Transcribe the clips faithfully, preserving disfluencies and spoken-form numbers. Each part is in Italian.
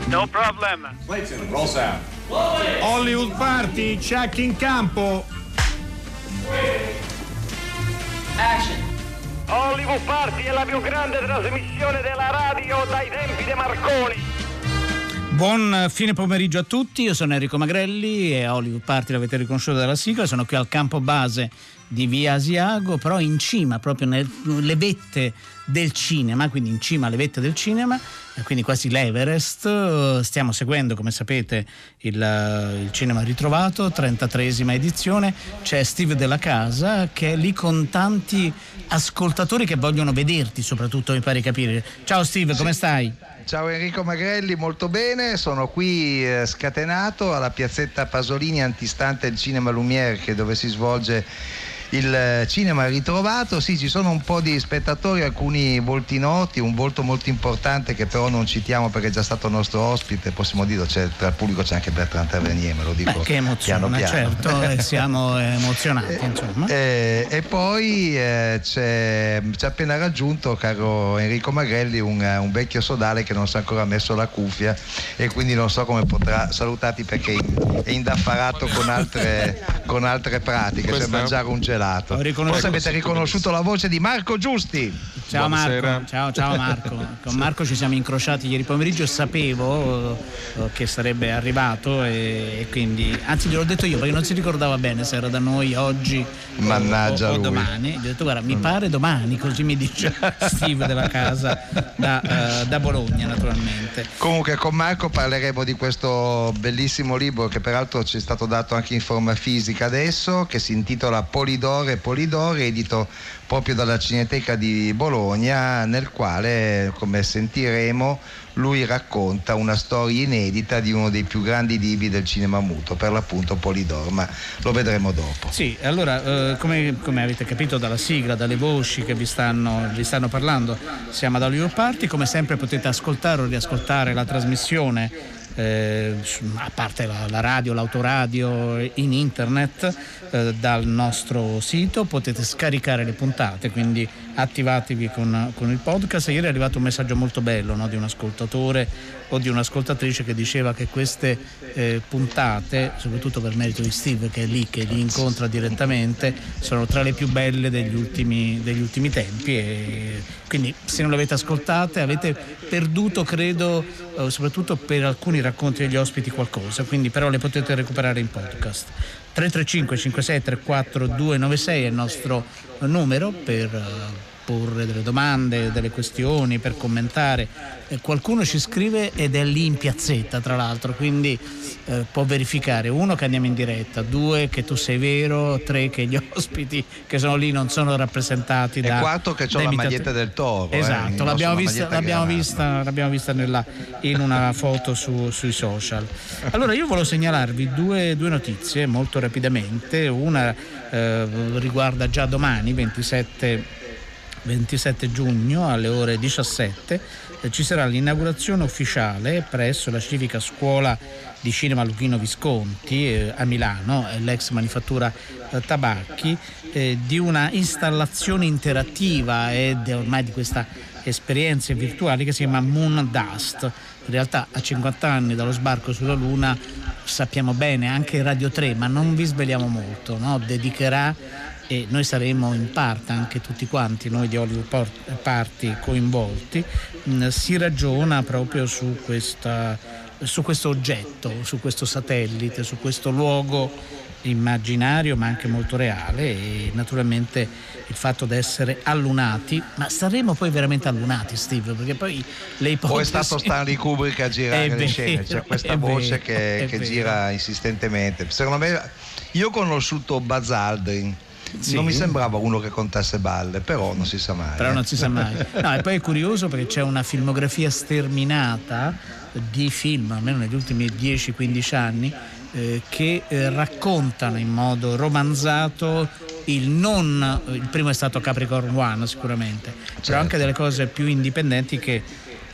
No problem. Clayton, roll sound. Hollywood Party, check in campo. Action. Hollywood Party è la più grande trasmissione della radio dai tempi di Marconi. Buon fine pomeriggio a tutti, io sono Enrico Magrelli e Hollywood Party l'avete riconosciuto dalla sigla, sono qui al campo base di Via Asiago, però in cima, proprio nelle vette del cinema, quindi in cima alle vette del cinema, quindi quasi l'Everest. Stiamo seguendo, come sapete, il, il Cinema Ritrovato, trentatreesima edizione. C'è Steve Della Casa che è lì con tanti ascoltatori che vogliono vederti, soprattutto, mi pare capire. Ciao Steve, come stai? Ciao Enrico Magrelli, molto bene, sono qui eh, scatenato alla piazzetta Pasolini antistante il Cinema Lumière, che dove si svolge il Cinema Ritrovato. Sì, ci sono un po' di spettatori, alcuni volti noti, un volto molto importante che però non citiamo perché è già stato nostro ospite, possiamo dirlo, c'è, tra il pubblico c'è anche Bertrand Tavernier, me lo dico. Beh, che emozione, piano piano. Certo, eh, siamo emozionati, insomma. Eh, e poi eh, c'è, ci ha appena raggiunto, caro Enrico Magrelli, un, un vecchio sodale che non si è ancora messo la cuffia e quindi non so come potrà salutarti perché è indaffarato con altre, con altre pratiche, Questa... per mangiare un gelato. Forse avete riconosciuto la voce di Marco Giusti. Ciao Buonasera. Marco, ciao, ciao Marco. Con Marco ci siamo incrociati ieri pomeriggio e sapevo uh, che sarebbe arrivato e, e quindi, anzi gliel'ho detto io perché non si ricordava bene se era da noi oggi Mannaggia o, o, o lui. domani. Gli ho detto guarda, mi pare domani, così mi dice Steve Della Casa da, uh, da Bologna, naturalmente. Comunque con Marco parleremo di questo bellissimo libro che peraltro ci è stato dato anche in forma fisica adesso, che si intitola Polidoro Polidore Polidore, edito proprio dalla Cineteca di Bologna, nel quale, come sentiremo, lui racconta una storia inedita di uno dei più grandi divi del cinema muto, per l'appunto Polidor, ma lo vedremo dopo. Sì, allora eh, come, come avete capito dalla sigla, dalle voci che vi stanno, vi stanno parlando, siamo ad Hollywood Party. Come sempre potete ascoltare o riascoltare la trasmissione Eh, a parte la, la radio, l'autoradio, in internet, eh, dal nostro sito. Potete scaricare le puntate, quindi attivatevi con, con il podcast. Ieri è arrivato un messaggio molto bello, no, di un ascoltatore o di un'ascoltatrice che diceva che queste eh, puntate, soprattutto per merito di Steve che è lì, che li incontra direttamente, sono tra le più belle degli ultimi, degli ultimi tempi, e quindi se non le avete ascoltate avete perduto, credo, eh, soprattutto per alcuni racconti degli ospiti, qualcosa, quindi però le potete recuperare in podcast. Tre tre cinque cinque sei tre quattro due nove sei è il nostro numero per uh, porre delle domande, delle questioni, per commentare. Eh, qualcuno ci scrive ed è lì in piazzetta, tra l'altro, quindi eh, può verificare: uno, che andiamo in diretta; due, che tu sei vero; tre, che gli ospiti che sono lì non sono rappresentati da, e quarto, che c'ho la maglietta del Toro. Esatto, eh, l'abbiamo vista, l'abbiamo vista, l'abbiamo vista nella, in una foto su, sui social. Allora io volevo segnalarvi due, due notizie molto rapidamente. Una eh, riguarda già domani, ventisette giugno, alle ore diciassette, eh, ci sarà l'inaugurazione ufficiale presso la civica scuola di cinema Luchino Visconti eh, a Milano, eh, l'ex manifattura eh, Tabacchi, eh, di una installazione interattiva ed ormai di questa esperienze virtuali che si chiama Moon Dust. In realtà a cinquanta anni dallo sbarco sulla Luna, sappiamo bene, anche Radio tre, ma non vi sveliamo molto, no? Dedicherà, e noi saremo in parte anche tutti quanti noi di Hollywood Party coinvolti, mh, si ragiona proprio su questa, su questo oggetto, su questo satellite, su questo luogo immaginario ma anche molto reale, e naturalmente il fatto di essere allunati. Ma saremo poi veramente allunati, Steve? Perché poi le ipotesi... O è stato Stanley Kubrick a girare le scene, c'è questa voce che, che gira insistentemente. Secondo me, io ho conosciuto Buzz Aldrin, sì. Non mi sembrava uno che contasse balle, però non si sa mai. Però eh. non si sa mai. No, e poi è curioso perché c'è una filmografia sterminata di film, almeno negli ultimi dieci quindici anni, eh, che eh, raccontano in modo romanzato il non... Il primo è stato Capricorn One sicuramente, certo. Però anche delle cose più indipendenti che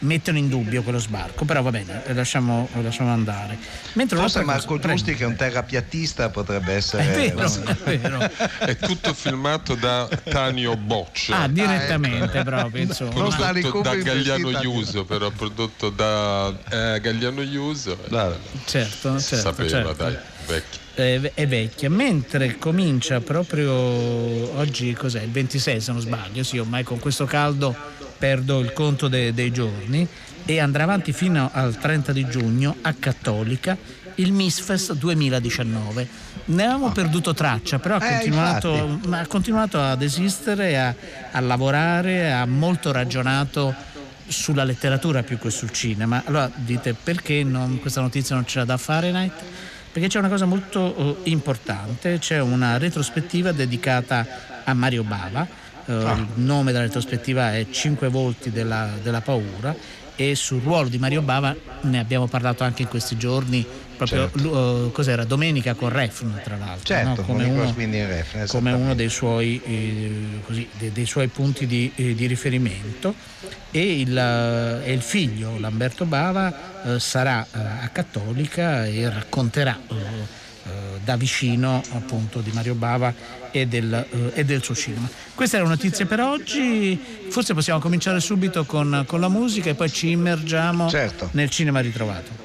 mettono in dubbio quello sbarco, però va bene, lasciamo, lasciamo andare. Mentre forse Marco cosa, Giusti, prego. che è un terrapiattista, potrebbe essere... È vero, no? è vero. È tutto filmato da Tanio Boccia. Ah, direttamente, ah, ecco. proprio, insomma. Prodotto da Gagliano Iuso, però prodotto da eh, Gagliano Iuso. Certo, certo, sapeva, certo. dai, vecchio. È vecchia, mentre comincia proprio oggi, cos'è, il ventisei se non sbaglio, sì, ormai con questo caldo perdo il conto de, dei giorni, e andrà avanti fino al trenta di giugno a Cattolica il Misfest duemiladiciannove. Ne avevamo ah. perduto traccia, però ha, eh, continuato, ha continuato ad esistere, a, a lavorare, ha molto ragionato sulla letteratura più che sul cinema. Allora dite, perché non, questa notizia non c'era da Fahrenheit? Perché c'è una cosa molto uh, importante, c'è una retrospettiva dedicata a Mario Bava, uh, ah. il nome della retrospettiva è Cinque volti della, della paura, e sul ruolo di Mario Bava ne abbiamo parlato anche in questi giorni, proprio certo. uh, cos'era, domenica con Refn, tra l'altro, certo, no? come, uno, Refn, come uno dei suoi, eh, così, dei, dei suoi punti di, eh, di riferimento. E il, uh, e il figlio Lamberto Bava uh, sarà uh, a Cattolica e racconterà uh, uh, da vicino appunto di Mario Bava e del, uh, e del suo cinema. Questa è la notizia per oggi, forse possiamo cominciare subito con, con la musica e poi ci immergiamo certo. nel cinema ritrovato.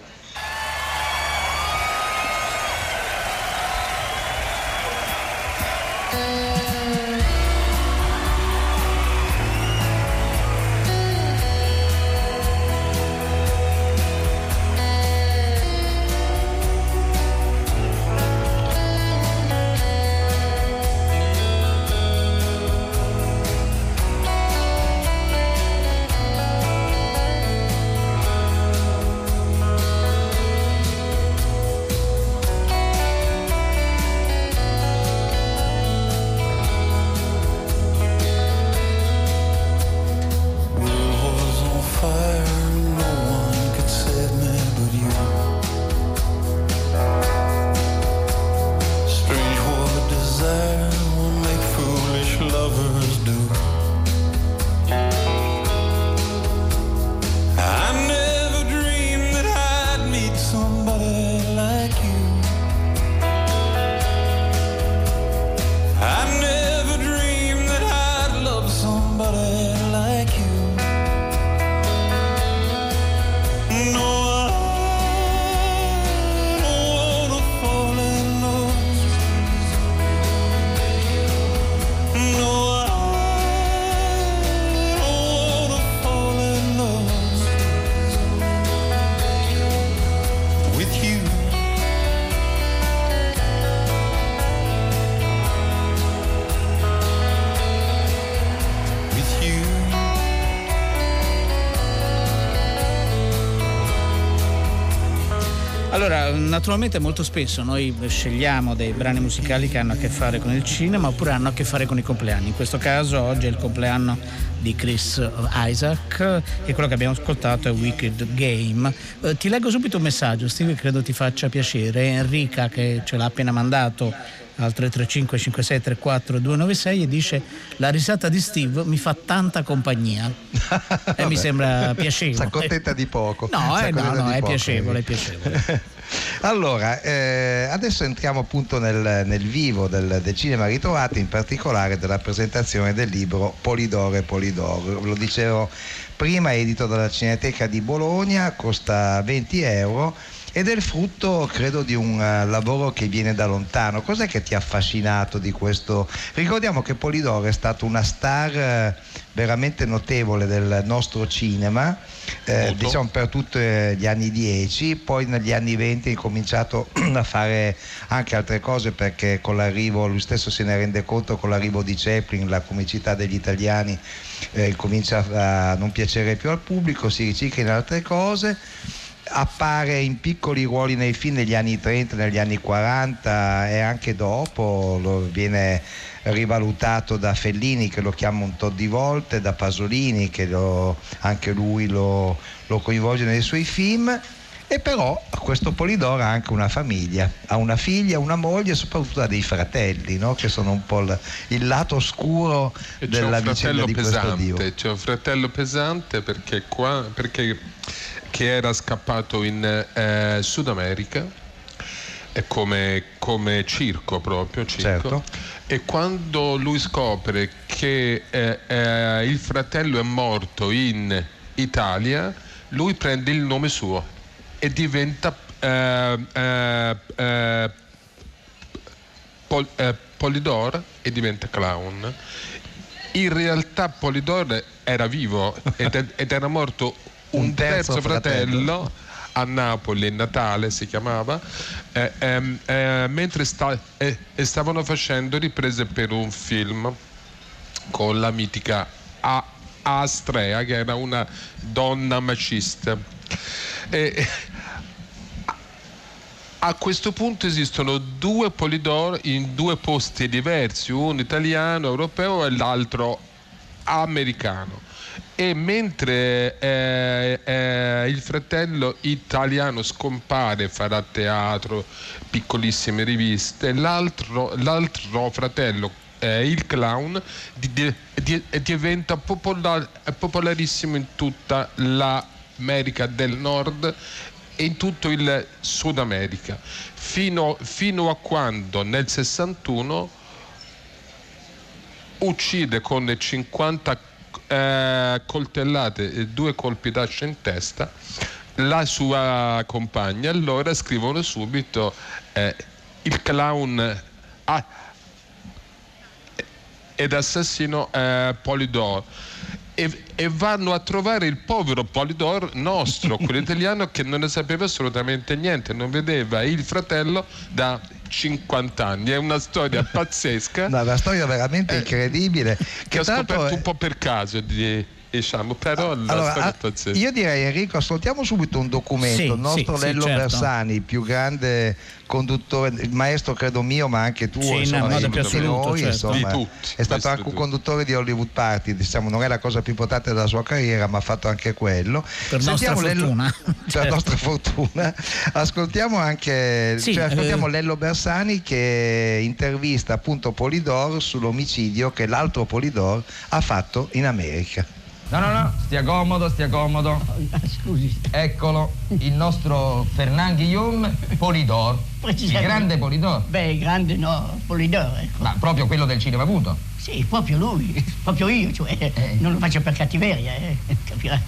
Allora, naturalmente molto spesso noi scegliamo dei brani musicali che hanno a che fare con il cinema oppure hanno a che fare con i compleanni. In questo caso oggi è il compleanno di Chris Isaak e quello che abbiamo ascoltato è Wicked Game. Eh, ti leggo subito un messaggio, Steve, che credo ti faccia piacere. Enrica, che ce l'ha appena mandato al tre tre cinque cinque sei tre quattro due nove sei, e dice: la risata di Steve mi fa tanta compagnia. E mi sembra piacevole. Si accontenta di poco. No, eh, no, no, è poco. piacevole, è piacevole. Allora, eh, adesso entriamo appunto nel, nel vivo del, del cinema ritrovato, in particolare della presentazione del libro Polidoro e Polidoro. Lo dicevo prima, è edito dalla Cineteca di Bologna, costa venti euro ed è il frutto, credo, di un uh, lavoro che viene da lontano. Cos'è che ti ha affascinato di questo? Ricordiamo che Polidoro è stato una star uh, veramente notevole del nostro cinema, eh, diciamo per tutti gli anni dieci, poi negli anni venti ha cominciato a fare anche altre cose, perché con l'arrivo, lui stesso se ne rende conto, con l'arrivo di Chaplin la comicità degli italiani eh, comincia a non piacere più al pubblico, si ricicla in altre cose. Appare in piccoli ruoli nei film negli anni trenta, negli anni quaranta e anche dopo, lo viene rivalutato da Fellini che lo chiama un tot di volte, da Pasolini che lo, anche lui lo, lo coinvolge nei suoi film, E però questo Polidoro ha anche una famiglia, ha una figlia, una moglie e soprattutto ha dei fratelli, no? Che sono un po' il, il lato oscuro e della vicenda di pesante, questo dio. C'è un fratello pesante perché, qua, perché che era scappato in eh, Sud America come, come circo proprio, circo. Certo. E quando lui scopre che eh, eh, il fratello è morto in Italia, lui prende il nome suo e diventa eh, eh, eh, Pol, eh, Polidor e diventa clown. In realtà Polidor era vivo ed, ed era morto un, un terzo, terzo fratello, fratello a Napoli, Natale si chiamava, eh, eh, eh, mentre sta, eh, stavano facendo riprese per un film con la mitica A- Astrea, che era una donna macista. E, a questo punto esistono due Polidor in due posti diversi, uno italiano, europeo e l'altro americano. E mentre eh, eh, il fratello italiano scompare, farà teatro, piccolissime riviste, l'altro, l'altro fratello, eh, il clown, di, di, diventa popolar, popolarissimo in tutta l'America del Nord e in tutto il Sud America, fino, fino a quando nel sessantuno uccide con cinquanta eh, coltellate e due colpi d'ascia in testa la sua compagna. Allora scrivono subito eh, il clown ah, ed assassino eh, Polidor. E, e vanno a trovare il povero Polidor nostro, quello italiano, che non ne sapeva assolutamente niente, non vedeva il fratello da cinquanta anni. È una storia pazzesca. No, una storia veramente eh, incredibile che, che ho scoperto è... un po' per caso, di, diciamo, però la allora, storia è pazzesca. Io direi, Enrico, ascoltiamo subito un documento. Sì, il nostro sì, Lello sì, certo. Bersani, più grande conduttore, il maestro credo mio, ma anche tuo, sì, insomma, no, più assoluto, noi, certo. insomma, tutti, è stato anche un conduttore di Hollywood Party, diciamo, non è la cosa più importante della sua carriera, ma ha fatto anche quello. Per Sentiamo nostra Lello, fortuna. per certo. nostra fortuna. Ascoltiamo anche sì, cioè, ascoltiamo eh... Lello Bersani che intervista appunto Polidor sull'omicidio che l'altro Polidor ha fatto in America. No, no, no, stia comodo, stia comodo. Scusi. Eccolo, il nostro Fernand Guillaume Polidor. Il grande Polidor. Beh, grande no, Polidor, ecco. Ma proprio quello del cinema muto? Sì, proprio lui, proprio io, cioè, eh. non lo faccio per cattiveria, eh, capirà.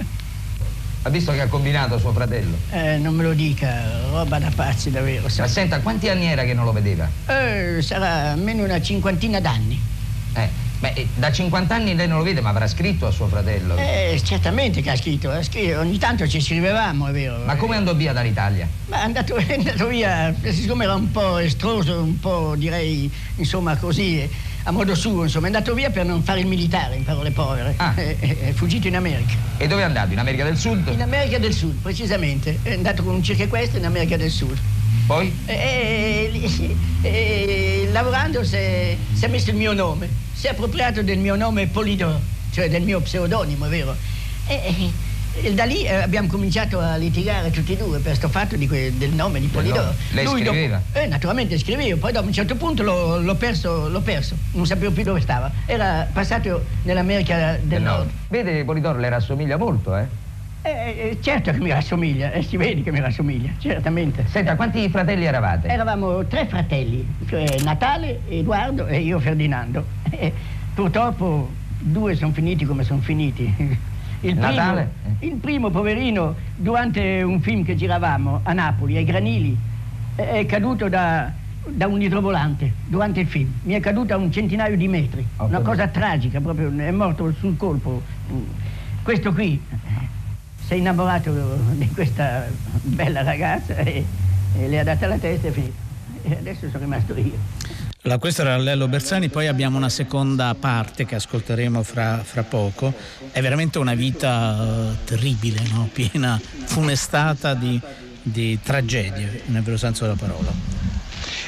Ha visto che ha combinato suo fratello? Eh, non me lo dica, roba da pazzi davvero. Ma senta, quanti anni era che non lo vedeva? Eh, sarà almeno una cinquantina d'anni. Eh. Beh, da cinquanta anni lei non lo vede, ma avrà scritto a suo fratello? Eh, certamente che ha scritto, ha scritto. Ogni tanto ci scrivevamo, è vero. Ma come andò via dall'Italia? Ma è andato, è andato via, siccome era un po' estroso, un po' direi, insomma così, a modo suo, insomma, è andato via per non fare il militare, in parole povere. Ah. È, è, è fuggito in America. E dove è andato? In America del Sud? In America del Sud, precisamente. È andato con un circo in America del Sud. Poi? E, e, e, lavorando si è, si è messo il mio nome. Si è appropriato del mio nome Polidor, cioè del mio pseudonimo, è vero? E, e, e da lì eh, abbiamo cominciato a litigare tutti e due per sto fatto di que, del nome di Polidor. No, lei Lui scriveva? Dopo, eh, naturalmente scrivevo, poi dopo a un certo punto l'ho, l'ho, perso, l'ho perso, non sapevo più dove stava. Era passato nell'America del, del Nord. Nord. Vede, Polidor le rassomiglia molto, eh? Eh, certo che mi rassomiglia, eh, si vede che mi rassomiglia, certamente. Senta, quanti fratelli eravate? Eravamo tre fratelli, cioè Natale, Edoardo e io Ferdinando. Eh, purtroppo due sono finiti come sono finiti. Il Natale? Primo, il primo, poverino, durante un film che giravamo a Napoli, ai Granili, è caduto da, da un idrovolante durante il film. Mi è caduto a un centinaio di metri, oh, una cosa tragica, proprio, è morto sul colpo. Questo qui si è innamorato di questa bella ragazza e, e le ha data la testa e è finito. E adesso sono rimasto io. Allora, questo era Lello Bersani, poi abbiamo una seconda parte che ascolteremo fra, fra poco. È veramente una vita uh, terribile, no? Piena, funestata di, di tragedie, nel vero senso della parola.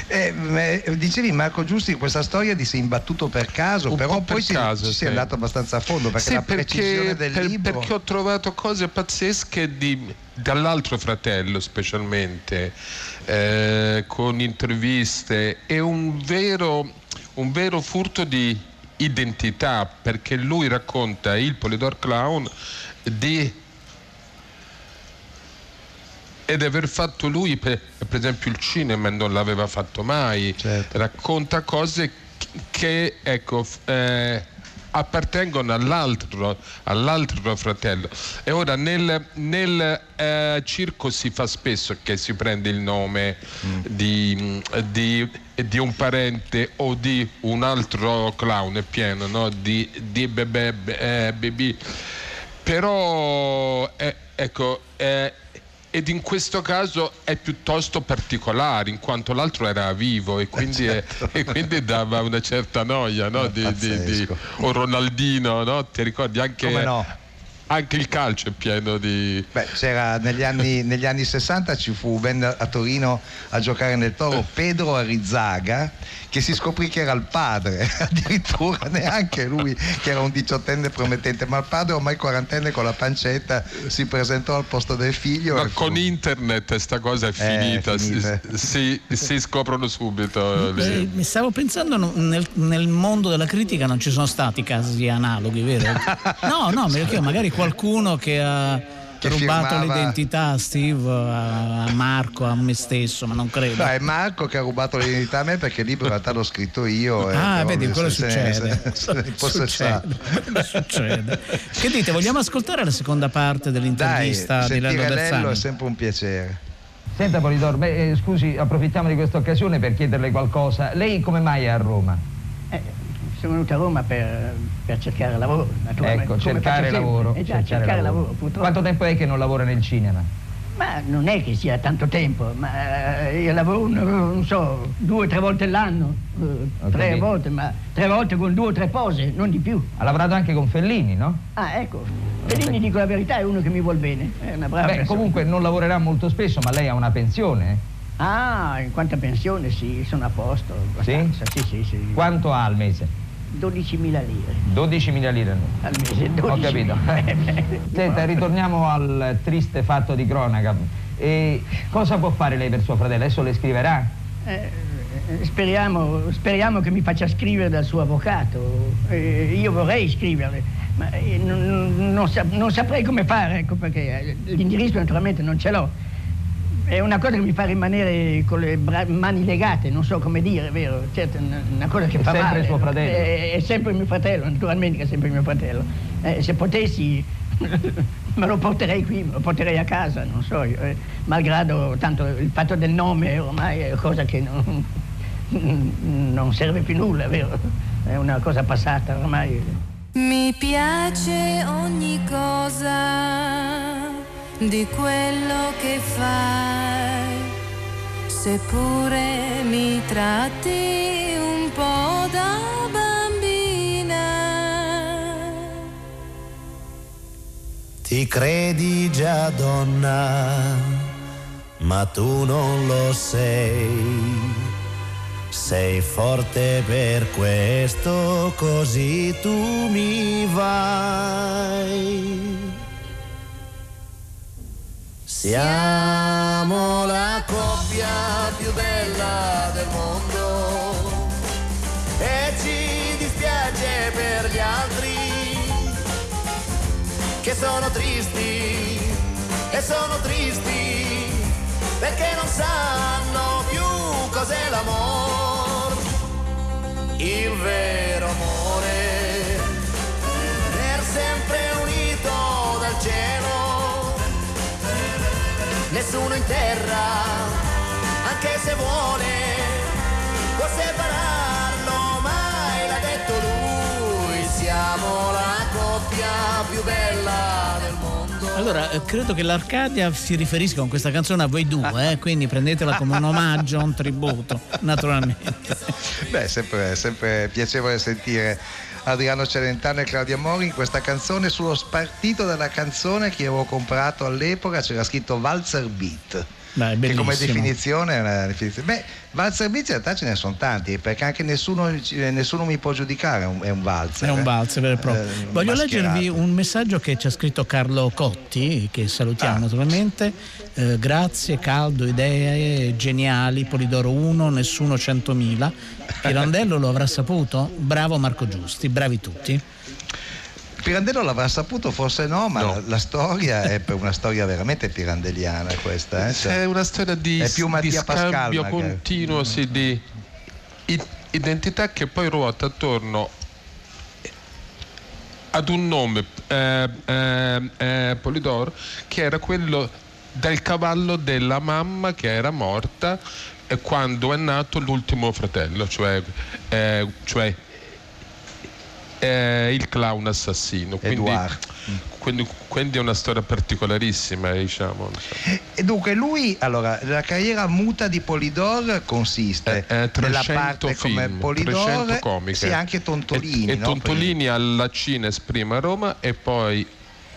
Eh, dicevi Marco Giusti questa storia di sei imbattuto per caso, un però per poi caso, ci sì. sei andato abbastanza a fondo perché sì, la precisione perché, del per, libro. perché ho trovato cose pazzesche di, dall'altro fratello specialmente, eh, con interviste e un vero, un vero furto di identità, perché lui racconta il Polydor Clown di ed aver fatto lui per, per esempio il cinema non l'aveva fatto mai, certo. Racconta cose che ecco eh, appartengono all'altro, all'altro fratello. E ora nel, nel eh, circo si fa spesso che si prende il nome mm. di, di, di un parente o di un altro clown, è pieno, no? di, di bebè, eh, baby. Però eh, ecco eh, ed in questo caso è piuttosto particolare in quanto l'altro era vivo e quindi, certo. è, e quindi dava una certa noia, no? di, di, di, o Ronaldino, no? Ti ricordi anche, come no? Anche il calcio è pieno di... Beh, c'era negli anni, negli anni sessanta ci fu, venne a Torino a giocare nel Toro Pedro Arrizaga, che si scoprì che era il padre, addirittura neanche lui che era un diciottenne promettente, ma il padre ormai quarantenne con la pancetta si presentò al posto del figlio. Ma con fu... internet sta cosa è finita, eh, si, si, si scoprono subito. Eh, mi stavo pensando nel, nel mondo della critica non ci sono stati casi analoghi, vero? No, no, perché magari qualcuno che ha che rubato firmava... l'identità a Steve, a, a Marco, a me stesso, ma non credo. No, è Marco che ha rubato l'identità a me perché il libro in realtà l'ho scritto io. Ah, eh, vedi, quello se, succede. Se, se, succede. succede. Che dite, vogliamo ascoltare la seconda parte dell'intervista Dai, di Lello Lello Gazzani? è sempre un piacere. Senta Polydor, beh, eh, scusi, approfittiamo di questa occasione per chiederle qualcosa. Lei come mai è a Roma? Eh, sono venuto a Roma per, per cercare lavoro, naturalmente. Ecco, cercare lavoro. Eh già, cercare, cercare lavoro. lavoro, purtroppo. Quanto tempo è che non lavora nel cinema? Ma non è che sia tanto tempo, ma io lavoro, non so, due o tre volte all'anno, eh, tre capito. volte, ma tre volte con due o tre pose, non di più. Ha lavorato anche con Fellini, no? Ah, ecco, Fellini, dico la verità, è uno che mi vuol bene, è una brava Beh, persona. comunque non lavorerà molto spesso, ma lei ha una pensione? Ah, in quanto a pensione, sì, sono a posto. Sì? Sì, sì, sì. Quanto ha al mese? dodicimila lire. dodicimila lire al mese, dodici. Ho capito. Senta, ritorniamo al triste fatto di cronaca. E cosa può fare lei per suo fratello? Adesso le scriverà? Eh, speriamo, speriamo che mi faccia scrivere dal suo avvocato. Eh, io vorrei scriverle, ma eh, non, non, sa, non saprei come fare, ecco, perché l'indirizzo naturalmente non ce l'ho. È una cosa che mi fa rimanere con le bra- mani legate, non so come dire, vero? Certo, una cosa che è fa male. È sempre suo fratello? È, è sempre mio fratello, naturalmente che è sempre mio fratello. Eh, se potessi me lo porterei qui, me lo porterei a casa, non so, eh, malgrado tanto il fatto del nome ormai è cosa che non, non serve più nulla, vero? È una cosa passata ormai. Mi piace ogni cosa di quello che fai, seppure mi tratti un po' da bambina. Ti credi già donna, ma tu non lo sei. Sei forte per questo, così tu mi vai. Siamo la coppia più bella del mondo e ci dispiace per gli altri che sono tristi e sono tristi perché non sanno più cos'è l'amore, il vero amore, per sempre unito dal cielo. Nessuno in terra, anche se vuole, può separarlo, mai l'ha detto lui. Siamo la coppia più bella del mondo. Allora, eh, credo che l'Arcadia si riferisca con questa canzone a voi due, eh? Quindi prendetela come un omaggio, un tributo, naturalmente. Beh, sempre, sempre piacevole sentire Adriano Celentano e Claudia Mori in questa canzone. Sullo spartito della canzone che avevo comprato all'epoca c'era scritto Walzer Beat. Beh, che come definizione è una definizione. Beh, valzer-blitz in realtà ce ne sono tanti, perché anche nessuno, nessuno mi può giudicare, è un, è un valzer. È un valzer vero e proprio. Eh, Voglio mascherato. leggervi un messaggio che ci ha scritto Carlo Cotti, che salutiamo ah. naturalmente. Eh, grazie, caldo, idee geniali, Polidoro uno, nessuno centomila. Pirandello lo avrà saputo? Bravo Marco Giusti, bravi tutti. Pirandello l'avrà saputo, forse no, ma no. La, la storia è per una storia veramente pirandelliana questa. Eh? Cioè, è una storia di, è più di scambio Pascal, continuo sì, di identità che poi ruota attorno ad un nome, eh, eh, eh, Polidor, che era quello del cavallo della mamma che era morta quando è nato l'ultimo fratello, cioè, eh, cioè eh, il clown assassino. Quindi, quindi, quindi è una storia particolarissima, diciamo. E dunque lui, allora, la carriera muta di Polidor consiste eh, eh, nella parte film, come Polidor, comiche. Sì, anche Tontolini. E, e no? Tontolini alla Cines prima a Roma e poi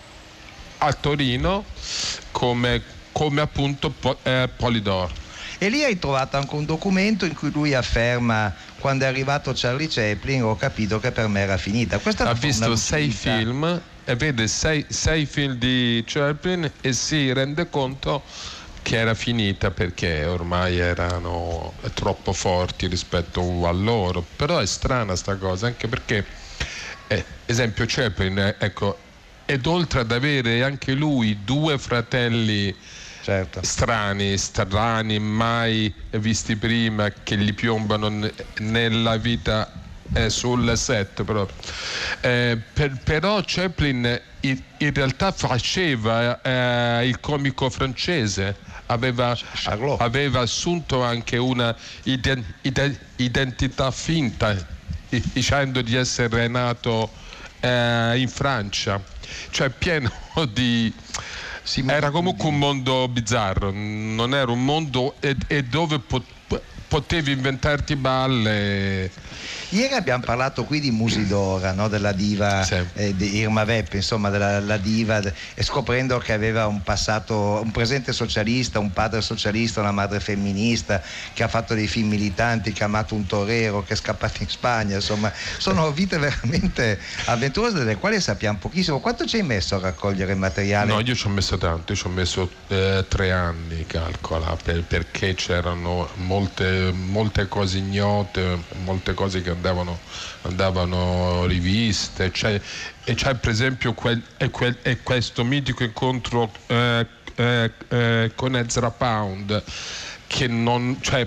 a Torino come, come appunto eh, Polidor. E lì hai trovato anche un documento in cui lui afferma: quando è arrivato Charlie Chaplin ho capito che per me era finita. Questa ha visto sei film e vede sei, sei film di Chaplin e si rende conto che era finita perché ormai erano troppo forti rispetto a loro. Però è strana sta cosa, anche perché eh, esempio Chaplin eh, ecco, ed oltre ad avere anche lui due fratelli Certo. strani, strani, mai visti prima, che gli piombano ne, nella vita eh, sul set proprio. Eh, per, però Chaplin in, in realtà faceva eh, il comico francese, aveva, aveva assunto anche una ident, ident, identità finta, dicendo di essere nato eh, in Francia, cioè pieno di... Era comunque un mondo bizzarro, non era un mondo e, e dove pot, potevi inventarti balle. Ieri abbiamo parlato qui di Musidora, no? Della diva sì. eh, di Irma Vep, insomma della la diva, e scoprendo che aveva un passato, un presente socialista, un padre socialista, una madre femminista, che ha fatto dei film militanti, che ha amato un torero, che è scappato in Spagna, insomma sono vite veramente avventurose delle quali sappiamo pochissimo. Quanto ci hai messo a raccogliere materiale? No, io ci ho messo tanto, io ci ho messo eh, tre anni, calcola, per, perché c'erano molte, molte cose ignote, molte cose che andavano, andavano riviste, c'è, e c'è per esempio quel, e quel, e questo mitico incontro eh, eh, eh, con Ezra Pound che non, cioè,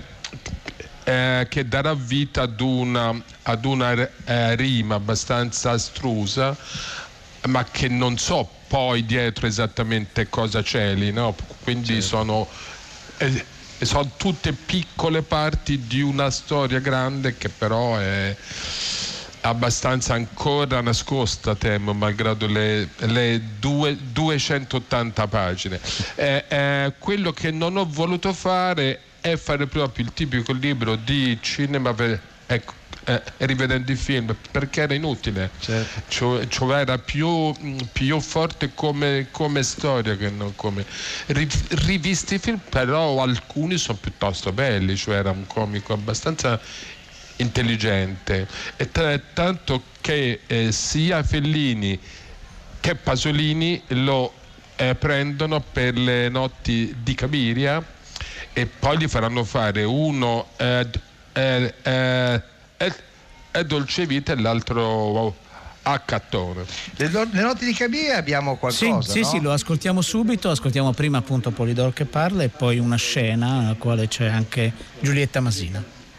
eh, che darà vita ad una, ad una eh, rima abbastanza astrusa, ma che non so poi dietro esattamente cosa c'è lì, no? Quindi certo. sono eh, sono tutte piccole parti di una storia grande che però è abbastanza ancora nascosta, temo, malgrado le, le due, duecentottanta pagine. Eh, eh, quello che non ho voluto fare è fare proprio il tipico libro di cinema per, ecco, eh, rivedendo i film, perché era inutile, certo. cioè, cioè era più, più forte come, come storia che non come rivisti i film, però alcuni sono piuttosto belli, cioè era un comico abbastanza intelligente, e t- tanto che eh, sia Fellini che Pasolini lo eh, prendono per le notti di Cabiria e poi gli faranno fare uno eh, eh, eh, è Dolce Vita e l'altro a Cattone. Le, le notti di Cabiria abbiamo qualcosa, sì, no? Sì, sì, lo ascoltiamo subito, ascoltiamo prima appunto Polidor che parla e poi una scena nella quale c'è anche Giulietta Masina.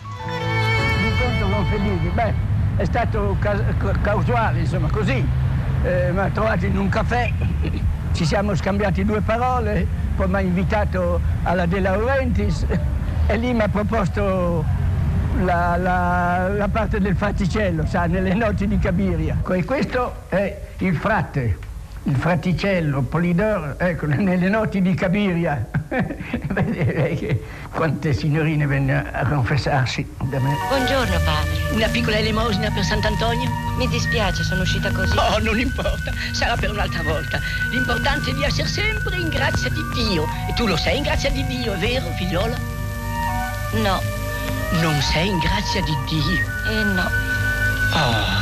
L'incontro con Fellini, beh, è stato ca- casuale, insomma, così, eh, mi ha trovato in un caffè, ci siamo scambiati due parole, poi mi ha invitato alla De Laurentiis e lì mi ha proposto La, la, la parte del Faticello, sa, nelle notti di Cabiria. E questo è il frate, il fraticello Polidoro, ecco, nelle notti di Cabiria. Vedete che quante signorine vennero a confessarsi da me. Buongiorno, padre. Una piccola elemosina per Sant'Antonio? Mi dispiace, sono uscita così. Oh, non importa, sarà per un'altra volta. L'importante è di essere sempre in grazia di Dio. E tu lo sei in grazia di Dio, è vero, figliola? No. Non sei in grazia di Dio? Eh no. Oh.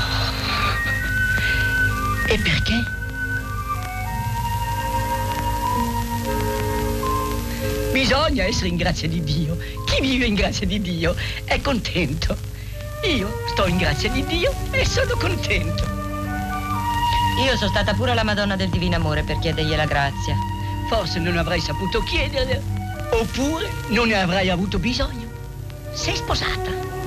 E perché? Bisogna essere in grazia di Dio. Chi vive in grazia di Dio è contento. Io sto in grazia di Dio e sono contento. Io sono stata pure alla Madonna del Divino Amore per chiedergli la grazia. Forse non avrei saputo chiederle, oppure non ne avrai avuto bisogno. Sei sposata.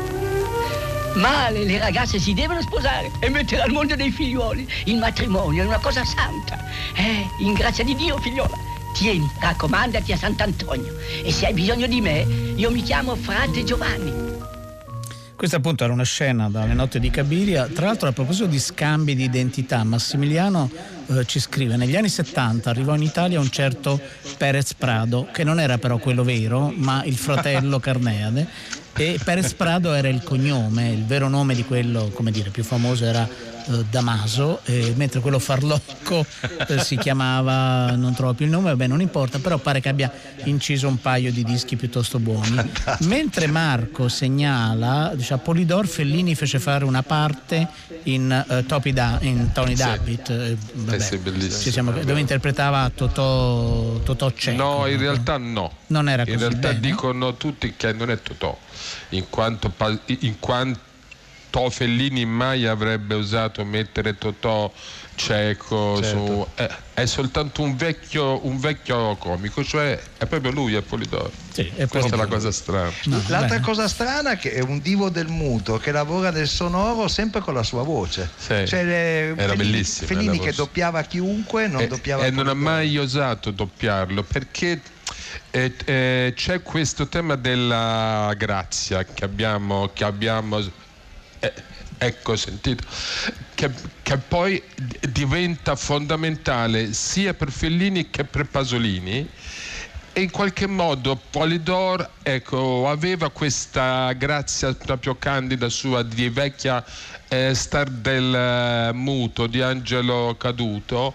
Male, le ragazze si devono sposare e mettere al mondo dei figliuoli. Il matrimonio è una cosa santa. Eh, in grazia di Dio, figliola. Tieni, raccomandati a Sant'Antonio. E se hai bisogno di me, io mi chiamo Frate Giovanni. Questa appunto era una scena dalle notte di Cabiria. Tra l'altro, a proposito di scambi di identità, Massimiliano eh, ci scrive: negli anni settanta arrivò in Italia un certo Perez Prado, che non era però quello vero, ma il fratello Carneade. E Perez Prado era il cognome, il vero nome di quello, come dire, più famoso era eh, Damaso, eh, mentre quello farlocco eh, si chiamava, non trovo più il nome, vabbè, non importa, però pare che abbia inciso un paio di dischi piuttosto buoni. Fantastico. Mentre Marco segnala, diciamo, Polidor Fellini fece fare una parte in, uh, Topi da, in Tony sì. Dabbit, eh, vabbè, sì, bellissimo, ci siamo, dove interpretava Totò, Totò Cecco. No, in realtà no. Non era così. In realtà bene. Dicono tutti che non è Totò, in quanto, in quanto Fellini mai avrebbe osato mettere Totò Cecco, certo. su, è, è soltanto un vecchio, un vecchio comico, cioè è proprio lui, è Polidoro. Sì, è questa è la cosa strana. No, l'altra bene. cosa strana è che è un divo del muto che lavora nel sonoro sempre con la sua voce. Sì. Cioè, le, era Fellini, bellissimo. Fellini che doppiava chiunque, non e, doppiava e non ha mai osato doppiarlo perché eh, eh, c'è questo tema della grazia che abbiamo, che abbiamo eh, ecco, sentito, che, che poi diventa fondamentale sia per Fellini che per Pasolini. E in qualche modo Polidor, ecco, aveva questa grazia proprio candida sua di vecchia eh, star del uh, muto di Angelo Caduto,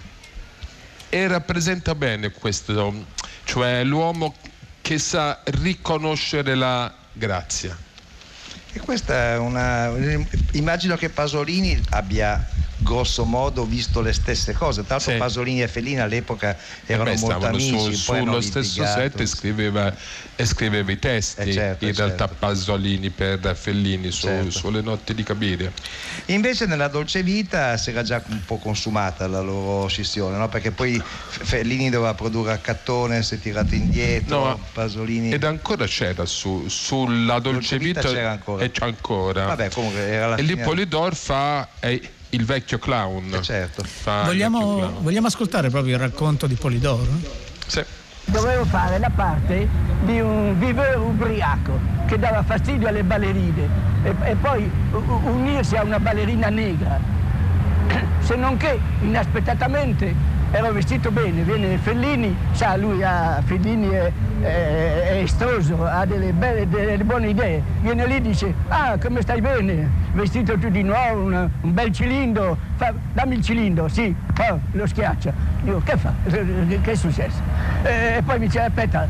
e rappresenta bene questo, cioè l'uomo che sa riconoscere la grazia. E questa è una... immagino che Pasolini abbia grosso modo visto le stesse cose. Tra l'altro sì. Pasolini e Fellini all'epoca erano Beh, molto amici, su, sullo stesso set e scriveva, e scriveva i testi, eh certo, in realtà certo. Pasolini per Fellini su, certo. sulle notti di Cabiria. Invece nella Dolce Vita si era già un po' consumata la loro scissione, no? Perché poi Fellini doveva produrre a Cattone, si è tirato indietro, no, Pasolini... Ed ancora c'era su, sulla Dolce, Dolce Vita, Vita c'era ancora. E c'è ancora. Vabbè, comunque era la e lì Polidor fa... È, il vecchio clown. Eh certo. Vogliamo, vecchio clown. vogliamo ascoltare proprio il racconto di Polidoro? Sì. Dovevo fare la parte di un viveur ubriaco che dava fastidio alle ballerine e, e poi unirsi a una ballerina negra. Se non che inaspettatamente ero vestito bene, viene Fellini, sa, lui ha, Fellini è, è, è estroso, ha delle, belle, delle buone idee, viene lì e dice: ah, come stai bene, vestito tu di nuovo, una, un bel cilindro, fa, dammi il cilindro, sì, oh, lo schiaccia. Dico: che fa? Che è successo? E poi mi dice: aspetta,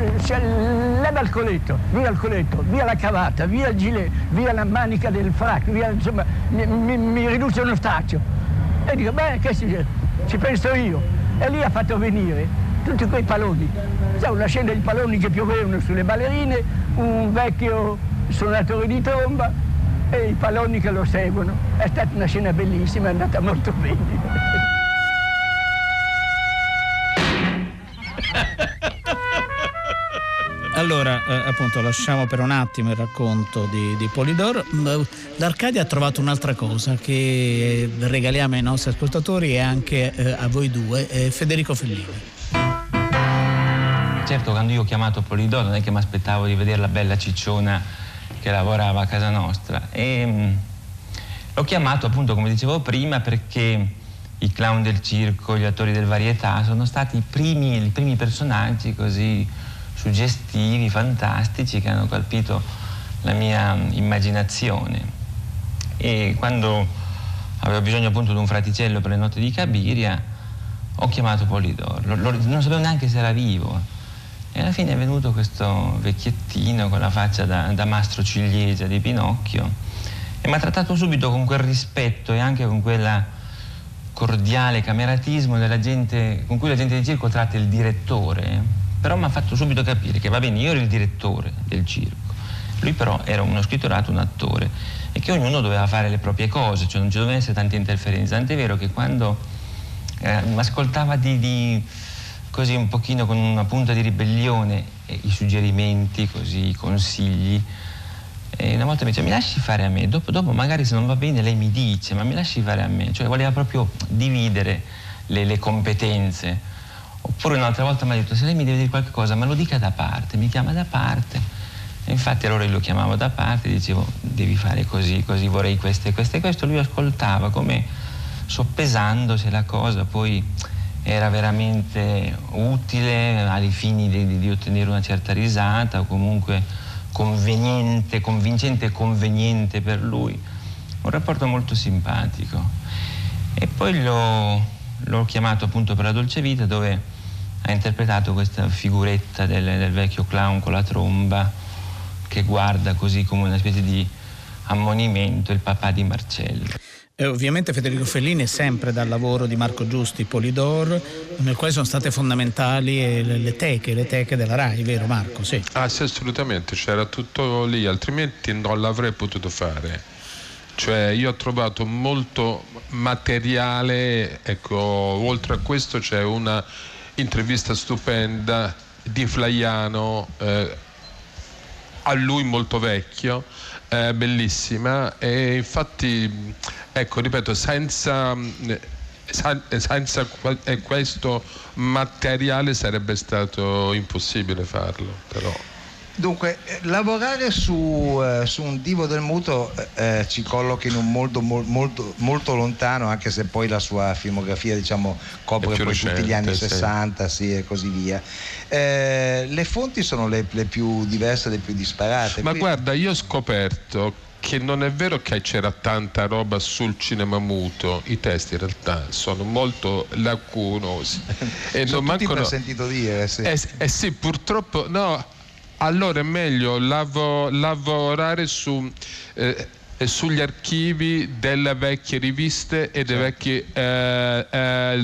leva il coletto, via il coletto, via la cavata, via il gilet, via la manica del frac, via, insomma, mi, mi, mi riduce uno staccio. E dico: beh, che succede? Ci penso io. E lì ha fatto venire tutti quei palloni. C'è una scena di palloni che piovevano sulle ballerine, un vecchio suonatore di tromba e i palloni che lo seguono. È stata una scena bellissima, è andata molto bene. Allora, eh, appunto, lasciamo per un attimo il racconto di, di Polidor. L'Arcadia ha trovato un'altra cosa che regaliamo ai nostri ascoltatori e anche eh, a voi due, eh, Federico Fellini. Certo, quando io ho chiamato Polidor non è che mi aspettavo di vedere la bella cicciona che lavorava a casa nostra. E, mh, l'ho chiamato appunto, come dicevo prima, perché i clown del circo, gli attori del varietà, sono stati i primi, i primi personaggi così suggestivi, fantastici, che hanno colpito la mia immaginazione. E quando avevo bisogno appunto di un fraticello per le notti di Cabiria, ho chiamato Polydor, lo, lo, non sapevo neanche se era vivo, e alla fine è venuto questo vecchiettino con la faccia da, da mastro ciliegia di Pinocchio, e mi ha trattato subito con quel rispetto e anche con quella cordiale cameratismo della gente, con cui la gente del circo tratta il direttore, però mi ha fatto subito capire che va bene, io ero il direttore del circo, lui però era uno scrittorato, un attore, e che ognuno doveva fare le proprie cose, cioè non ci doveva essere tante interferenze. Tant'è vero che quando eh, mi ascoltava di, di così un pochino con una punta di ribellione eh, i suggerimenti, così i consigli, e una volta mi diceva: mi lasci fare a me, dopo, dopo magari se non va bene lei mi dice, ma mi lasci fare a me, cioè voleva proprio dividere le, le competenze. Oppure un'altra volta mi ha detto: se lei mi deve dire qualche cosa, me lo dica da parte, mi chiama da parte, e infatti allora io lo chiamavo da parte e dicevo: devi fare così, così vorrei questo e questo e questo. Lui ascoltava come soppesando se la cosa poi era veramente utile ai fini di, di ottenere una certa risata, o comunque conveniente, convincente e conveniente per lui. Un rapporto molto simpatico. E poi l'ho, l'ho chiamato appunto per La Dolce Vita, dove ha interpretato questa figuretta del, del vecchio clown con la tromba che guarda così come una specie di ammonimento il papà di Marcello. E ovviamente Federico Fellini è sempre dal lavoro di Marco Giusti, Polydor, nel quale sono state fondamentali le, le teche, le teche della Rai, vero Marco? Sì. Ah sì, assolutamente, c'era tutto lì, altrimenti non l'avrei potuto fare. Cioè io ho trovato molto materiale, ecco, oltre a questo c'è una intervista stupenda di Flaiano, eh, a lui molto vecchio, eh, bellissima, e infatti ecco, ripeto, senza, senza questo materiale sarebbe stato impossibile farlo, però. Dunque, lavorare su, eh, su un divo del muto eh, ci colloca in un molto, molto, molto lontano, anche se poi la sua filmografia, diciamo, copre poi recente, tutti gli anni sì. sessanta, sì, e così via. Eh, le fonti sono le, le più diverse, le più disparate. Ma Quindi... guarda, io ho scoperto che non è vero che c'era tanta roba sul cinema muto, i testi in realtà sono molto lacunosi. E sono non tutti mancano... per sentito dire, sì. Eh, eh sì, purtroppo, no. Allora è meglio lav- lavorare su, eh, sugli archivi delle vecchie riviste e dei certo. vecchi eh, eh,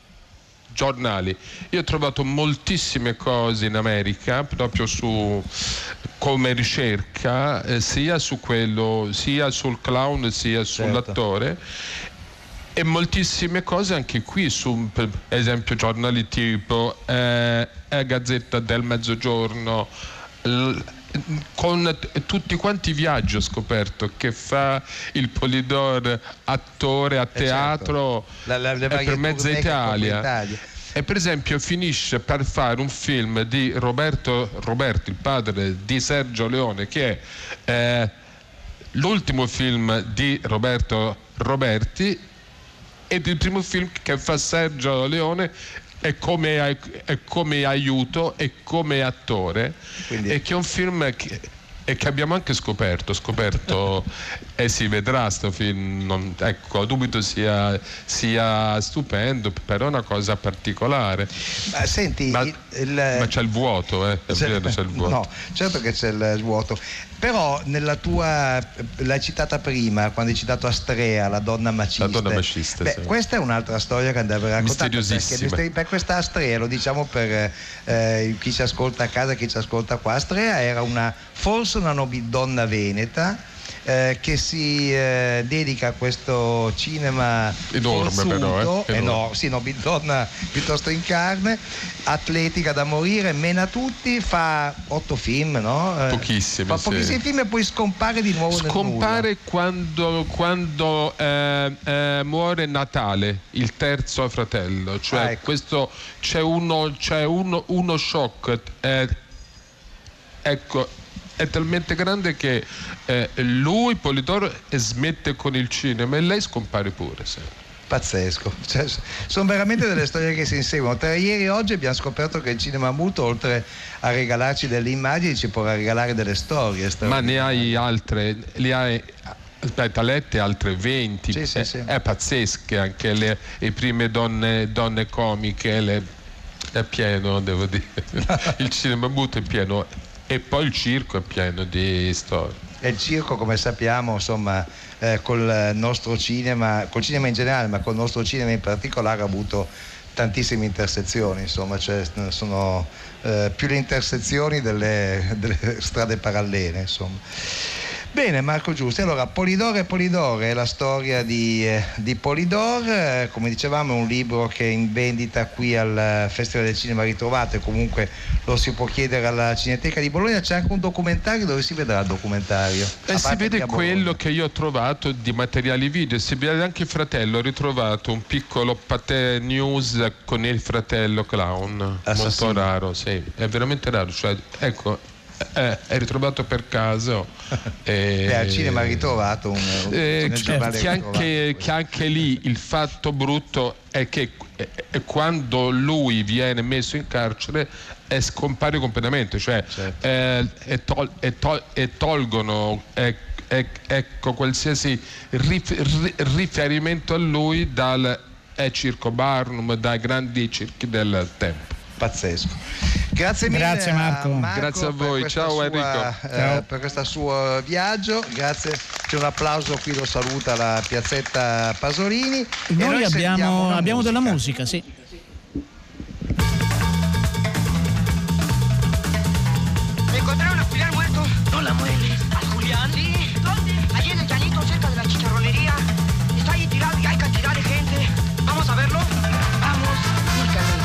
giornali. Io ho trovato moltissime cose in America proprio su come ricerca, eh, sia su quello, sia sul clown sia sull'attore. Certo. E moltissime cose anche qui su, per esempio, giornali tipo eh, Gazzetta del Mezzogiorno, l- con t- tutti quanti i viaggi ho scoperto che fa il Polydor attore a teatro, eh certo. la, la, per mezza Italia. E per esempio finisce per fare un film di Roberto, Roberto il padre di Sergio Leone, che è eh, l'ultimo film di Roberto Roberti ed il primo film che fa Sergio Leone è come, è come aiuto e come attore. Quindi... e che è un film che, e che abbiamo anche scoperto scoperto e si vedrà sto film, non, ecco, dubito sia, sia stupendo, però è una cosa particolare. Ma senti, ma, il, il... ma c'è il vuoto, eh, è c'è, vero, c'è il vuoto. No, certo che c'è il vuoto, però nella tua, l'hai citata prima quando hai citato Astrea, la donna macista. La donna macista, Beh, sì. Questa è un'altra storia che andava raccontata, misteriosissima, perché per questa Astrea, lo diciamo per eh, chi ci ascolta a casa, chi ci ascolta qua, Astrea era una forse una nobildonna veneta eh, che si eh, dedica a questo cinema enorme, forzuto, però, eh? enorme, sì, nobildonna piuttosto in carne, atletica da morire, mena tutti, fa otto film, no? Pochissimi, fa pochissimi sì. film e poi scompare di nuovo scompare nel nulla. quando, quando eh, eh, muore Natale, il terzo fratello, cioè ah, ecco. questo c'è uno, c'è uno, uno shock eh, ecco, è talmente grande che eh, lui, Polydor, smette con il cinema e lei scompare pure, sì. Pazzesco, cioè, sono veramente delle storie che si inseguono. Tra ieri e oggi abbiamo scoperto che il cinema muto, oltre a regalarci delle immagini, ci può regalare delle storie. Ma ne hai altre, le hai, aspetta, lette altre venti, sì, sì, è, sì. è pazzesche anche le, le prime donne, donne comiche, le, è pieno, devo dire, il cinema muto è pieno, e poi il circo è pieno di storie. E il circo, come sappiamo, insomma, eh, col nostro cinema, col cinema in generale, ma col nostro cinema in particolare, ha avuto tantissime intersezioni, insomma, cioè sono eh, più le intersezioni delle, delle strade parallele, insomma. Bene, Marco Giusti, allora Polidore e Polidore è la storia di, eh, di Polidore, eh, come dicevamo è un libro che è in vendita qui al Festival del Cinema Ritrovato, e comunque lo si può chiedere alla Cineteca di Bologna. C'è anche un documentario, dove si vedrà il documentario? E si vede quello che io ho trovato di materiali video, si vede anche il fratello, ho ritrovato un piccolo Pathé News con il fratello clown, Assassino. Molto raro, sì, è veramente raro, cioè, ecco, è, è ritrovato per caso. E, Beh, al cinema ha ritrovato un, un, eh, nel giornale che, anche, che anche lì il fatto brutto è che eh, quando lui viene messo in carcere è scompare completamente, cioè certo. eh, e, tol, e, tol, e tolgono eh, eh, ecco qualsiasi rif, ri, riferimento a lui dal eh, Circo Barnum, dai grandi circhi del tempo. Pazzesco. Grazie mille. Grazie Marco. A Marco. Grazie a voi. Ciao sua, Enrico. Eh, Ciao. per questo suo viaggio. Grazie. C'è un applauso, qui lo saluta la Piazzetta Pasolini. Noi, e noi abbiamo, abbiamo musica. della musica, sì. Encontré un Julián muerto. No la mueres. ¿Al Julián? Sí. ¿Dónde? Allí en el llanito, cerca de la chicharronería. Está ahí tirado y hay cantidad de gente. ¿Vamos a verlo? Vamos. Sí, Carmen.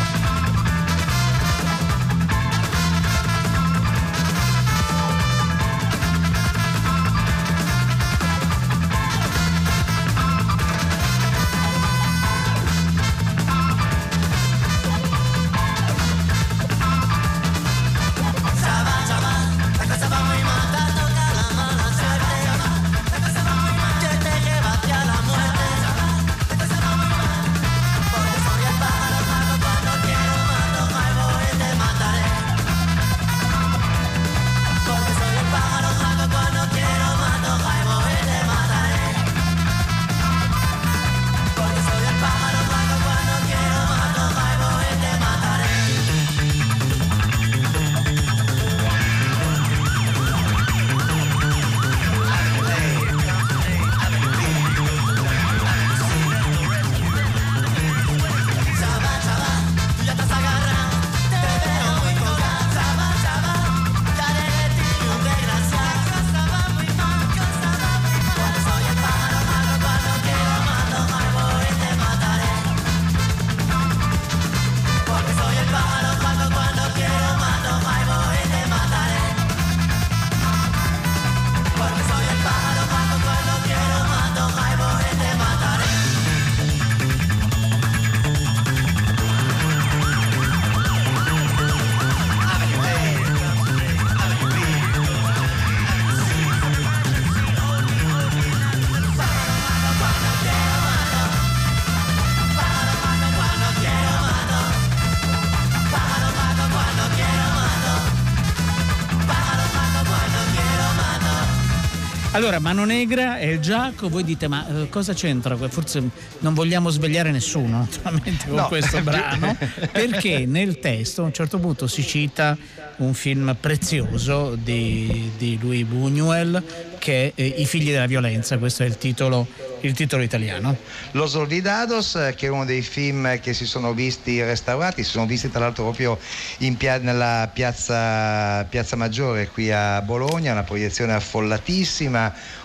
Allora, Mano Negra e il Giaco, voi dite ma eh, cosa c'entra? Forse non vogliamo svegliare nessuno naturalmente con No. questo brano, perché nel testo a un certo punto si cita un film prezioso di, di Louis Buñuel che è eh, I figli della violenza, questo è il titolo, il titolo italiano. Los Olvidados, che è uno dei film che si sono visti restaurati, si sono visti tra l'altro proprio in pia- nella piazza, piazza Maggiore qui a Bologna, una proiezione affollatissima,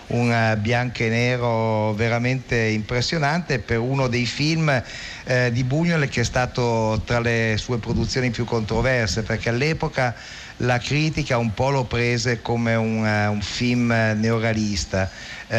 un bianco e nero veramente impressionante per uno dei film eh, di Buñuel che è stato tra le sue produzioni più controverse, perché all'epoca la critica un po' lo prese come un, uh, un film neorealista. Eh,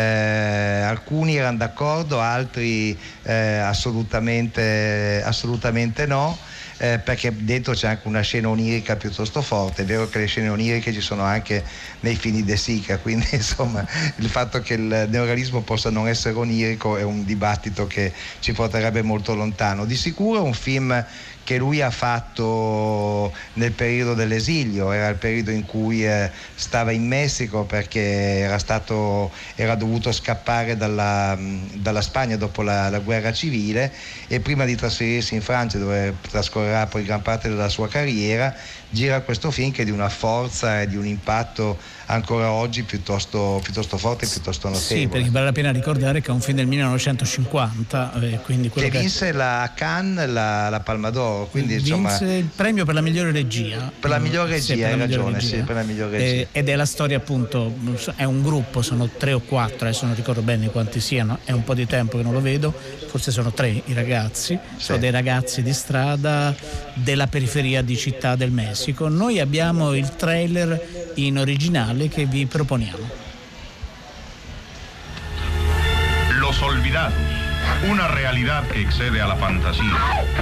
alcuni erano d'accordo, altri eh, assolutamente, assolutamente no. eh, perché dentro c'è anche una scena onirica piuttosto forte. È vero che le scene oniriche ci sono anche nei film di De Sica, quindi insomma il fatto che il neorealismo possa non essere onirico è un dibattito che ci porterebbe molto lontano. Di sicuro è un film che lui ha fatto nel periodo dell'esilio, era il periodo in cui eh, stava in Messico perché era stato era dovuto scappare dalla, dalla Spagna dopo la, la guerra civile, e prima di trasferirsi in Francia, dove trascorrerà poi gran parte della sua carriera, gira questo film che è di una forza e di un impatto ancora oggi piuttosto, piuttosto forte e piuttosto notevole. Sì, perché vale la pena ricordare che è un film del millenovecentocinquanta, eh, quindi quello che vinse che... la a Cannes la, la Palma d'Oro, quindi vinse insomma il premio per la migliore regia. Per la migliore regia, sì, hai migliore ragione, regia. sì, per la migliore regia. Eh, ed è la storia, appunto, è un gruppo, sono tre o quattro, adesso non ricordo bene quanti siano, è un po' di tempo che non lo vedo, forse sono tre i ragazzi, sì. Sono dei ragazzi di strada della periferia di Città del Messico. Noi abbiamo il trailer in originale che vi proponiamo. Los Olvidados, una realidad que excede a la fantasía.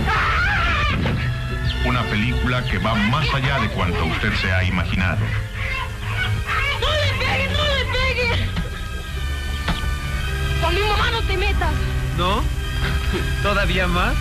Una película que va más allá de cuanto usted se ha imaginado. ¡No le pegues, no le pegues! Con mi mamá no te metas. ¿No? ¿Todavía más?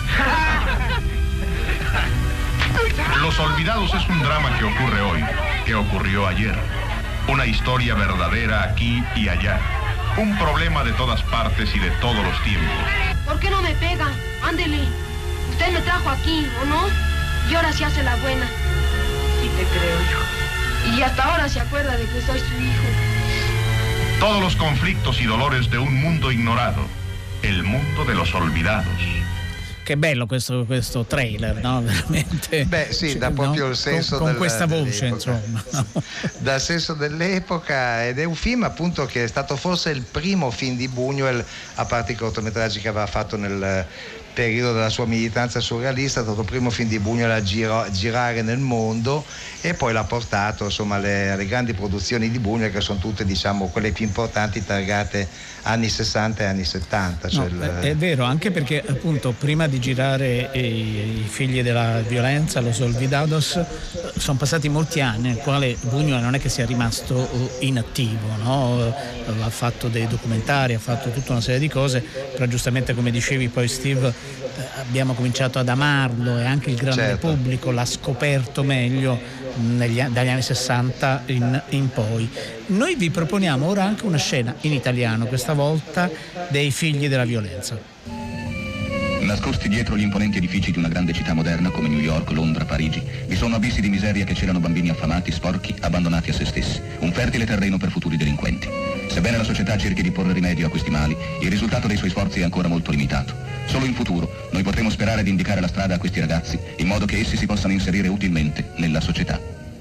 Los Olvidados es un drama que ocurre hoy, que ocurrió ayer. Una historia verdadera aquí y allá. Un problema de todas partes y de todos los tiempos. ¿Por qué no me pega? Ándele. Usted me trajo aquí, ¿o no? Y ahora se hace la buena. Sí te creo, hijo. Y hasta ahora se acuerda de que soy su hijo. Todos los conflictos y dolores de un mundo ignorado. El mundo de los olvidados. Che bello questo, questo trailer, no? Veramente. Beh sì, dà proprio no? il senso con, con del, questa voce, dell'epoca. insomma. No? Dal senso dell'epoca, ed è un film appunto che è stato forse il primo film di Buñuel, a parte i cortometraggi che aveva fatto nel periodo della sua militanza surrealista, è stato il primo film di Buñuel a giro, girare nel mondo, e poi l'ha portato insomma alle, alle grandi produzioni di Buñuel, che sono tutte diciamo quelle più importanti, targate anni sessanta e anni settanta. Cioè no, il... È vero, anche perché appunto prima di girare i, i figli della violenza, Los Olvidados, sono passati molti anni nel quale Buñuel non è che sia rimasto inattivo, no? Ha fatto dei documentari, ha fatto tutta una serie di cose, però giustamente come dicevi poi Steve, abbiamo cominciato ad amarlo e anche il grande certo. pubblico l'ha scoperto meglio negli, dagli anni sessanta in, in poi. Noi vi proponiamo ora anche una scena in italiano, questa volta dei figli della violenza. Nascosti dietro gli imponenti edifici di una grande città moderna come New York, Londra, Parigi, vi sono abissi di miseria che celano bambini affamati, sporchi, abbandonati a se stessi, un fertile terreno per futuri delinquenti. Sebbene la società cerchi di porre rimedio a questi mali, il risultato dei suoi sforzi è ancora molto limitato. Solo in futuro noi potremo sperare di indicare la strada a questi ragazzi, in modo che essi si possano inserire utilmente nella società.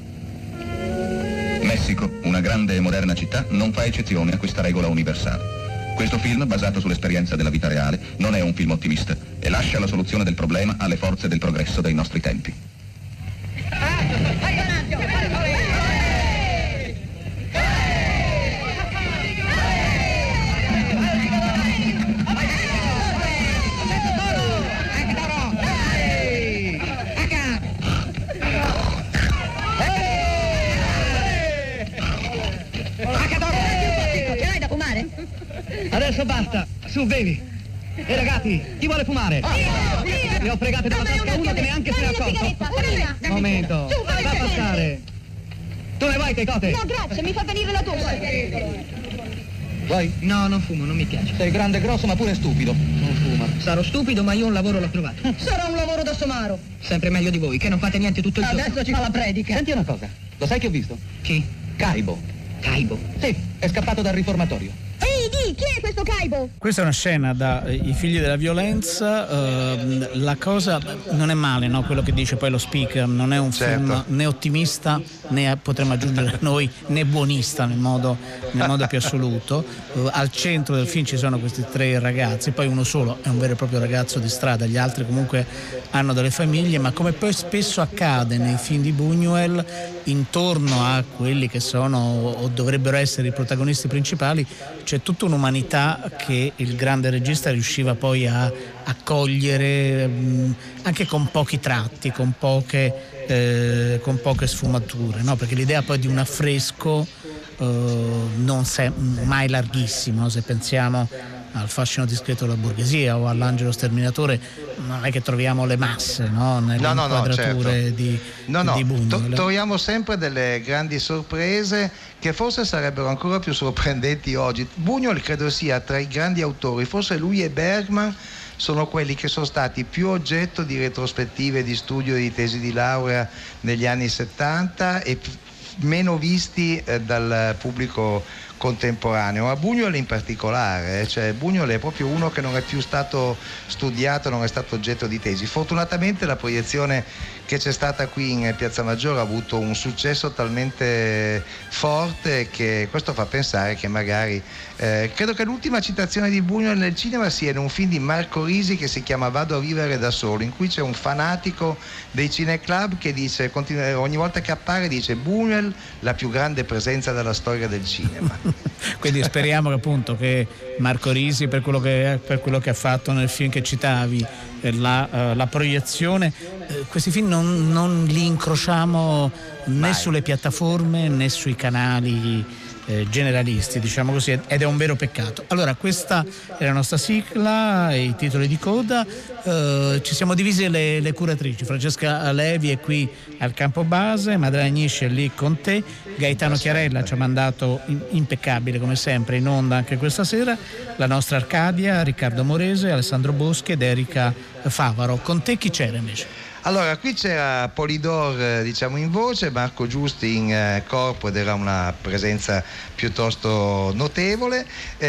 Messico, una grande e moderna città, non fa eccezione a questa regola universale. Questo film, basato sull'esperienza della vita reale, non è un film ottimista e lascia la soluzione del problema alle forze del progresso dei nostri tempi. Adesso basta, su bevi. E ragazzi, chi vuole fumare? Le ho fregate dalla tasca uno che neanche se ne è accorto. Momento, va a passare. Tu ne vai, Tecote? No, grazie, mi fa venire la tosse. Vuoi? No, non fumo, non mi piace. Sei grande e grosso ma pure stupido. Non fuma. Sarò stupido ma io un lavoro l'ho trovato. Sarà un lavoro da somaro. Sempre meglio di voi, che non fate niente tutto il giorno. Adesso ci fa la predica. Senti una cosa, lo sai che ho visto? Chi? Caibo. Caibo? Sì, è scappato dal riformatorio. Ehi, di, chi è questo Caibo? Questa è una scena da eh, I figli della violenza. Eh, la cosa non è male, no? Quello che dice poi lo speaker, non è un certo. film né ottimista né, potremmo aggiungere noi, né buonista nel modo, nel modo più assoluto. Eh, al centro del film ci sono questi tre ragazzi, poi uno solo è un vero e proprio ragazzo di strada, gli altri comunque hanno delle famiglie, ma come poi spesso accade nei film di Buñuel, intorno a quelli che sono o dovrebbero essere i protagonisti principali c'è tutto un dell'umanità che il grande regista riusciva poi a, a cogliere mh, anche con pochi tratti, con poche, eh, con poche sfumature, no? Perché l'idea poi di un affresco eh, non è mai larghissimo, no? Se pensiamo al fascino discreto della borghesia o all'angelo sterminatore, non è che troviamo le masse, no? Nelle no, no, inquadrature no, certo. di, no, no. di Buñuel. To- troviamo sempre delle grandi sorprese che forse sarebbero ancora più sorprendenti oggi. Buñuel credo sia tra i grandi autori, forse lui e Bergman sono quelli che sono stati più oggetto di retrospettive, di studio, di tesi di laurea negli anni settanta e meno visti eh, dal pubblico contemporaneo, ma Buñuel in particolare, cioè Buñuel è proprio uno che non è più stato studiato, non è stato oggetto di tesi. Fortunatamente la proiezione che c'è stata qui in Piazza Maggiore ha avuto un successo talmente forte che questo fa pensare che magari eh, credo che l'ultima citazione di Buñuel nel cinema sia in un film di Marco Risi che si chiama Vado a vivere da solo, in cui c'è un fanatico dei cineclub che dice continua, ogni volta che appare dice Buñuel la più grande presenza della storia del cinema. Quindi speriamo che appunto che Marco Risi, per quello che, per quello che ha fatto nel film che citavi, la, uh, la proiezione, uh, questi film non, non li incrociamo né Mai. sulle piattaforme né sui canali eh, generalisti, diciamo così, ed è un vero peccato. Allora, questa è la nostra sigla, i titoli di coda. Uh, ci siamo divise le, le curatrici. Francesca Levi è qui al campo base, Madre Agnisce è lì con te, Gaetano Chiarella ci ha mandato in, impeccabile come sempre in onda anche questa sera, la nostra Arcadia, Riccardo Morese, Alessandro Boschi ed Erika Favaro. Con te chi c'era invece? Allora, qui c'era Polidor diciamo in voce, Marco Giusti in eh, corpo ed era una presenza piuttosto notevole.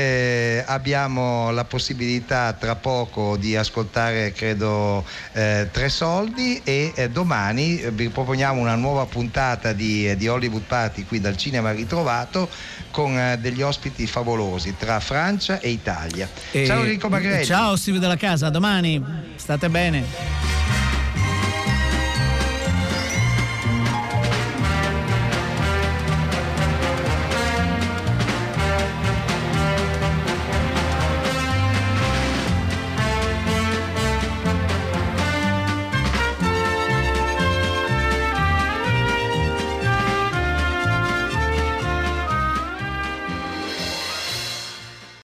Eh, abbiamo la possibilità tra poco di ascoltare credo eh, Tre Soldi e eh, domani eh, vi proponiamo una nuova puntata di, di Hollywood Party qui dal Cinema Ritrovato con eh, degli ospiti favolosi tra Francia e Italia. E... Ciao Enrico Magrelli. Ciao Silvio della Casa, a domani, state bene.